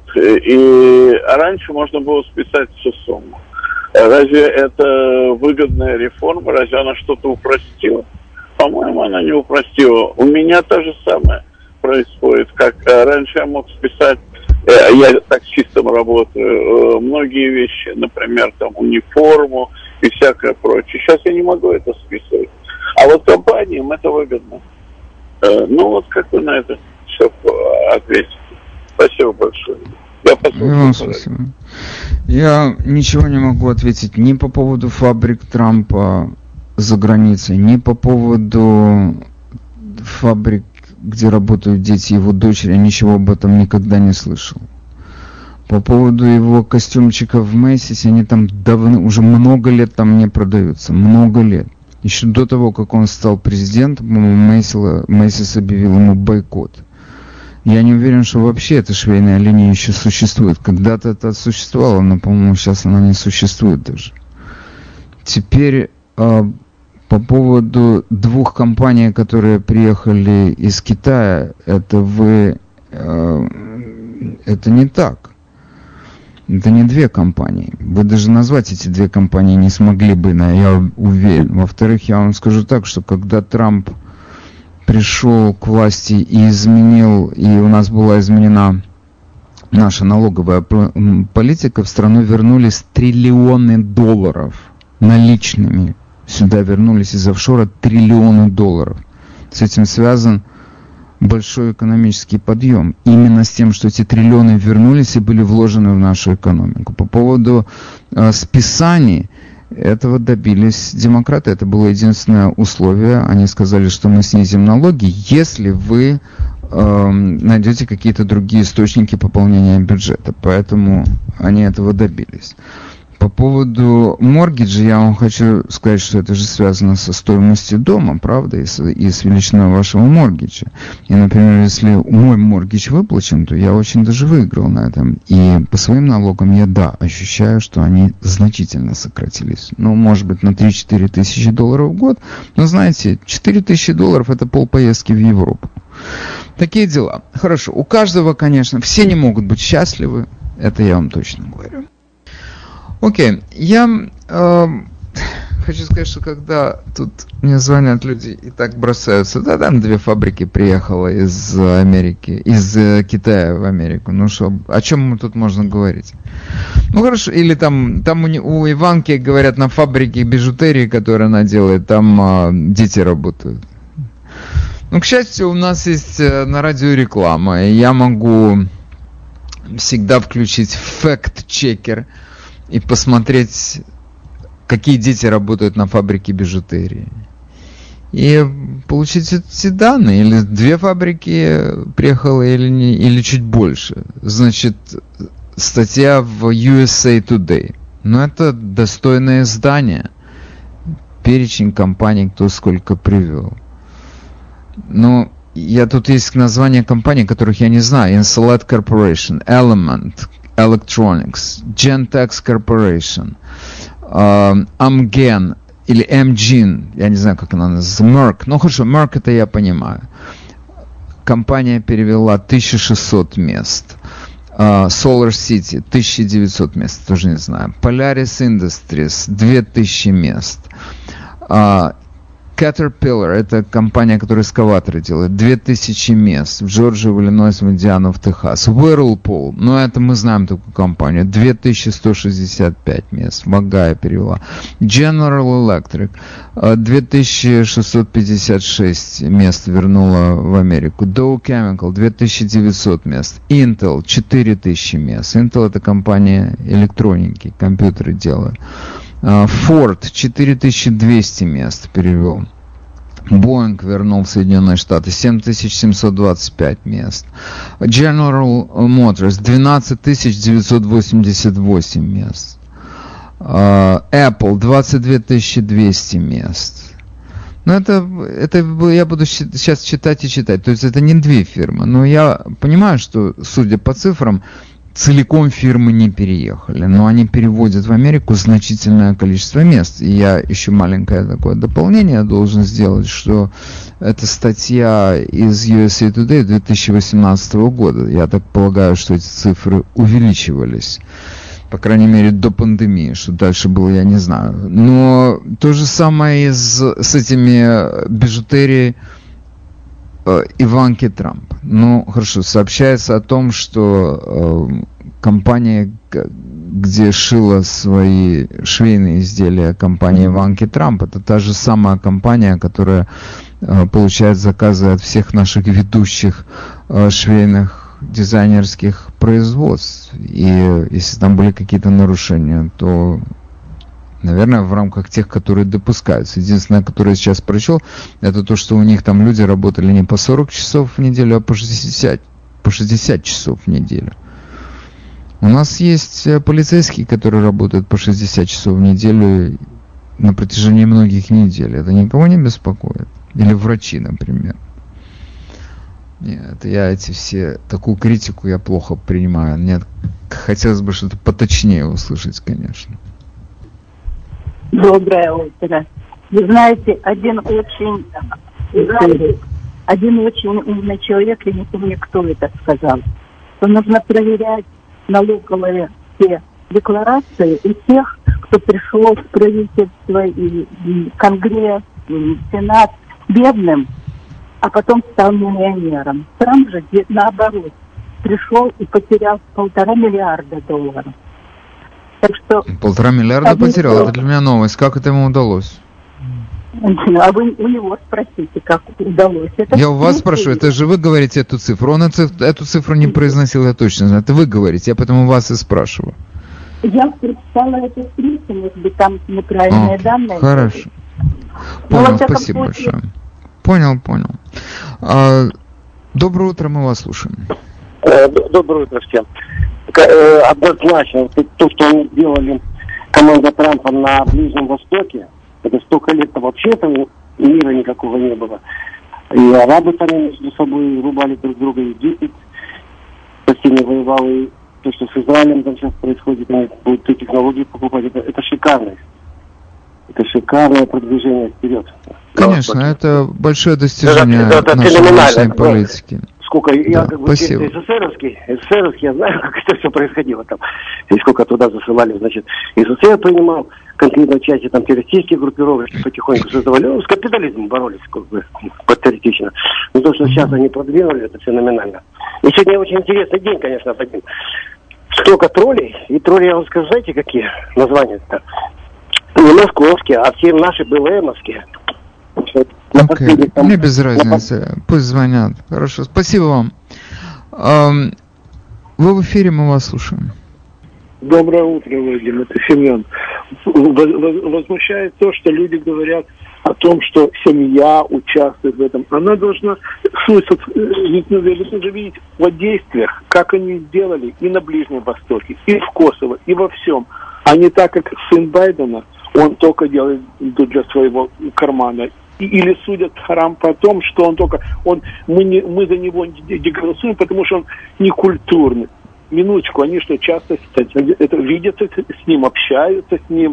А раньше можно было списать всю сумму. Разве это выгодная реформа? Разве она что-то упростила? По-моему, она не упростила. У меня то же самое происходит. Как раньше я мог списать, я так чистом работаю, многие вещи, например, там униформу и всякое прочее. Сейчас я не могу это списывать. А вот компаниям это выгодно. Ну вот как вы на это все ответите? Спасибо большое.
Я ничего не могу ответить ни по поводу фабрик Трампа за границей, ни по поводу фабрик, где работают дети его дочери. Я ничего об этом никогда не слышал. По поводу его костюмчиков в Мейсисе, они там давно, уже много лет там не продаются. Много лет. Еще до того, как он стал президентом, Мейсис объявил ему бойкот. Я не уверен, что вообще эта швейная линия еще существует. Когда-то это существовало, но, по-моему, сейчас она не существует даже. Теперь по поводу 2 компаний, которые приехали из Китая, это не так. Это не 2 компании. Вы даже назвать эти 2 компании не смогли бы, я уверен. Во-вторых, я вам скажу так, что когда Трамп пришел к власти и изменил, и у нас была изменена наша налоговая политика, в страну вернулись $триллионы наличными. Сюда вернулись из офшора $триллионы. С этим связан большой экономический подъем. Именно с тем, что эти триллионы вернулись и были вложены в нашу экономику. По поводу списаний, Этого добились демократы. Это было единственное условие. Они сказали, что мы снизим налоги, если вы найдете какие-то другие источники пополнения бюджета. Поэтому они этого добились. По поводу моргиджа я вам хочу сказать, что это же связано со стоимостью дома, правда, и с величиной вашего моргиджа. И, например, если мой моргидж выплачен, то я очень даже выиграл на этом. И по своим налогам я, да, ощущаю, что они значительно сократились. Ну, может быть, на 3-4 тысячи долларов в год. Но, знаете, 4 тысячи долларов – это полпоездки в Европу. Такие дела. Хорошо. У каждого, конечно, все не могут быть счастливы. Это я вам точно говорю. Окей, я хочу сказать, что когда тут мне звонят люди и так бросаются, да, там 2 фабрики приехало из Америки, из Китая в Америку, ну что, о чем тут можно говорить? Ну хорошо, или там у Иванки, говорят, на фабрике бижутерии, которую она делает, там дети работают. Ну, к счастью, у нас есть на радио реклама, и я могу всегда включить факт-чекер и посмотреть, какие дети работают на фабрике бижутерии. И получить эти данные. Или 2 фабрики приехало, или чуть больше. Значит, статья в USA Today. Но это достойное издание. Перечень компаний, кто сколько привел. Но тут есть названия компаний, которых я не знаю. Insulet Corporation, Element Electronics, Gentex Corporation, Amgen или Amgen, я не знаю, как она называется, Merck. Ну хорошо, Merck это я понимаю. Компания перевела 1600 мест. Solar City 1900 мест, тоже не знаю. Polaris Industries 2000 мест. Caterpillar, это компания, которая эскаваторы делает, 2000 мест в Джорджию, в Иллинойс, в Индиану, в Техас. Whirlpool, это мы знаем такую компанию, 2165 мест, Магая перевела. General Electric, 2656 мест вернула в Америку. Dow Chemical, 2900 мест. Intel, 4000 мест. Intel это компания электроники, компьютеры делают. Ford 4200 мест перевел. Boeing вернул в Соединенные Штаты 7725 мест. General Motors 12988 мест. Apple 22200 мест. Но это я буду сейчас читать и читать. То есть это не 2 фирмы. Но я понимаю, что, судя по цифрам, целиком фирмы не переехали, но они переводят в Америку значительное количество мест. И я еще маленькое такое дополнение должен сделать, что это статья из USA Today 2018 года. Я так полагаю, что эти цифры увеличивались. По крайней мере, до пандемии. Что дальше было, я не знаю. Но то же самое с этими бижутерией Иванки Трамп. Ну, хорошо, сообщается о том, что компания, где шила свои швейные изделия, компания Иванки Трамп, это та же самая компания, которая получает заказы от всех наших ведущих швейных дизайнерских производств. И если там были какие-то нарушения, то, наверное, в рамках тех, которые допускаются. Единственное, которое я сейчас прочел, это то, что у них там люди работали не по 40 часов в неделю, а по 60 часов в неделю. У нас есть полицейские, которые работают по 60 часов в неделю на протяжении многих недель. Это никого не беспокоит. Или врачи, например. Нет, такую критику я плохо принимаю. Мне хотелось бы что-то поточнее услышать, конечно.
Доброе утро. Вы знаете, один очень умный человек, я не помню, кто это сказал, что нужно проверять налоговые все декларации у тех, кто пришел в правительство и Конгресс, и Сенат бедным, а потом стал миллионером. Трамп же наоборот пришел и потерял $1,5 миллиарда. Так что
1,5 миллиарда потерял. Это для меня новость. Как это ему удалось?
А вы у него спросите, как удалось.
Я у вас спрашиваю, это же вы говорите эту цифру. Он эту цифру не произносил, я точно знаю. Это вы говорите, я поэтому вас и спрашиваю.
Я прочитала эту встречу, может быть, там неправильные данные.
Хорошо. Понял, спасибо большое. Понял. Доброе утро, мы вас слушаем.
Доброе утро всем. Однозначно, то, что они делали команда Трампа на Ближнем Востоке, это столько лет-то вообще там мира никакого не было. И арабы сами между собой рубали друг друга, и Египет почти не воевал, и то, что с Израилем там сейчас происходит, они будут эти технологии покупать, это шикарно. Это шикарное продвижение вперед.
Конечно, это большое достижение нашей внешней политики.
Сколько я как бы СССРовский, я знаю, как это все происходило там. И сколько туда засылали, значит, СССР принимал конкретно части там террористических группировок, потихоньку создавали, с капитализмом боролись, как бы, теоретично. Но то, что сейчас они продвинули, это феноменально. И сегодня очень интересный день, конечно, Вадим. Столько троллей, и тролли, я вам скажу, знаете, какие названия-то? Не московские, а все наши БЛМовские.
Окей, мне без разницы, пусть звонят. Хорошо, спасибо вам. Вы в эфире, мы вас слушаем.
Доброе утро, Владимир, это Семен. Возмущает то, что люди говорят о том, что семья участвует в этом. Она должна видеть в действиях, как они сделали и на Ближнем Востоке, и в Косово, и во всем. А не так, как сын Байдена, он только делает для своего кармана. Или судят Трамп о том, что мы за него не голосуем, потому что он некультурный. Минуточку, они что, часто это видятся с ним, общаются с ним,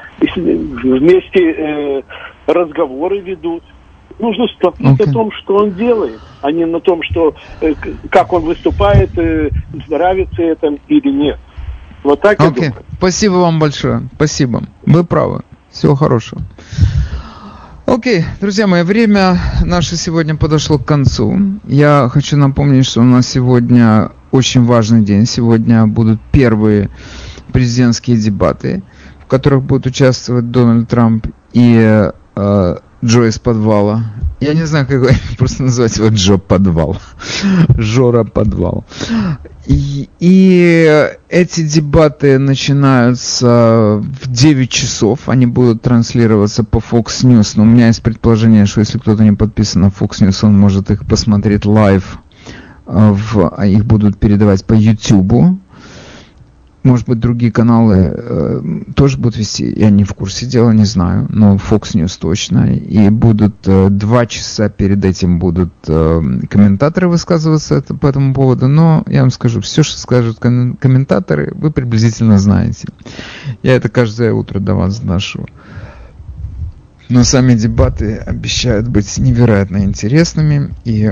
вместе разговоры ведут. Нужно столкнуть о том, что он делает, а не на том, что как он выступает, нравится это или нет. Вот так я думаю.
Спасибо вам большое. Спасибо. Вы правы. Всего хорошего. Окей, друзья мои, время наше сегодня подошло к концу. Я хочу напомнить, что у нас сегодня очень важный день. Сегодня будут первые президентские дебаты, в которых будут участвовать Дональд Трамп и Джо из подвала. Я не знаю, как просто назвать его Джо Подвал. Жора Подвал. И эти дебаты начинаются в 9 часов. Они будут транслироваться по Fox News. Но у меня есть предположение, что если кто-то не подписан на Fox News, он может их посмотреть лайв. Их будут передавать по YouTube. Может быть, другие каналы тоже будут вести. Я не в курсе дела, не знаю. Но Fox News точно. И будут 2 часа перед этим будут комментаторы высказываться по этому поводу. Но я вам скажу, все, что скажут комментаторы, вы приблизительно знаете. Я это каждое утро до вас доношу. Но сами дебаты обещают быть невероятно интересными. И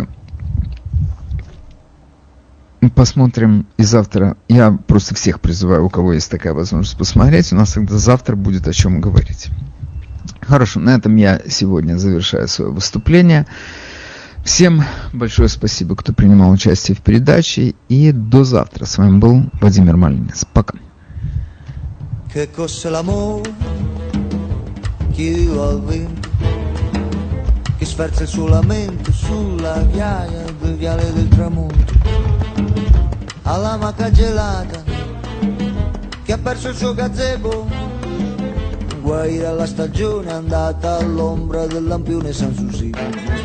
посмотрим и завтра. Я просто всех призываю, у кого есть такая возможность, посмотреть. У нас тогда завтра будет о чем говорить. Хорошо, на этом я сегодня завершаю свое выступление. Всем большое спасибо, кто принимал участие в передаче. И до завтра. С вами был Владимир Малинец. Пока.
Che cos'è l'amore? Chiedo al vento che sferza il suo lamento sulla ghiaia del viale del tramonto, alla maca gelata che ha perso il suo gazebo, guai dalla stagione andata all'ombra del lampione San Susino.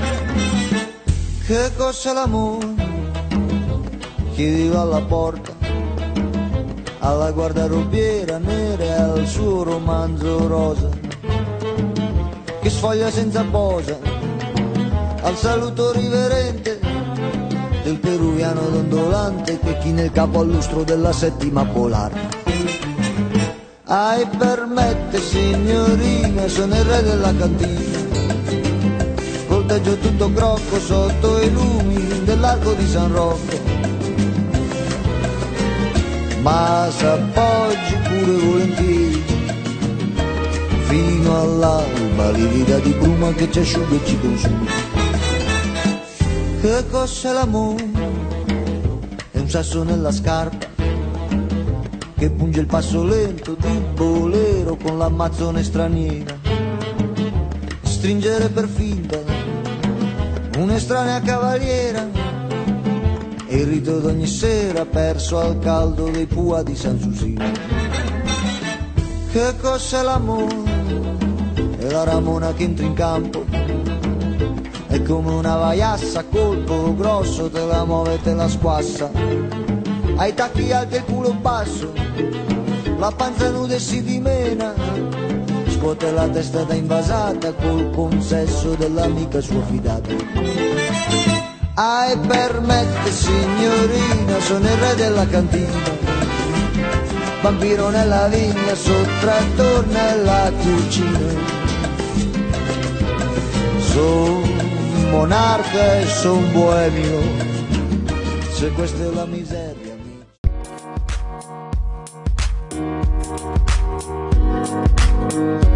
Che cos'è l'amore? Chiedilo alla porta, alla guardarobiera nera e al suo romanzo rosa che sfoglia senza posa, al saluto riverente del peruviano dondolante che china il capo al lustro della settima polare. Ai permette signorina, sono il re della cantina, volteggio tutto crocco sotto i lumi dell'arco di San Rocco, ma s'appoggi pure volentieri fino all'alba livida di bruma che ci asciuga e ci consuma. Che cos'è l'amore? È un sasso nella scarpa che punge il passo lento di bolero con l'ammazzone straniera, stringere per finta un'estranea cavaliera e il rito d'ogni sera perso al caldo dei pua di San Susino. Che cos'è l'amore? È la ramona che entra in campo, è come una vaiassa a colpo grosso, te la muove e te la squassa. Ai tacchi alti e il culo basso, la panza nuda e si dimena, scuote la testa da invasata col consesso dell'amica sua fidata. Permette signorina, sono il re della cantina, vampiro nella vigna, sottrattor nella cucina. Son monarca e son boemio, se questa è la miseria.
Thank you.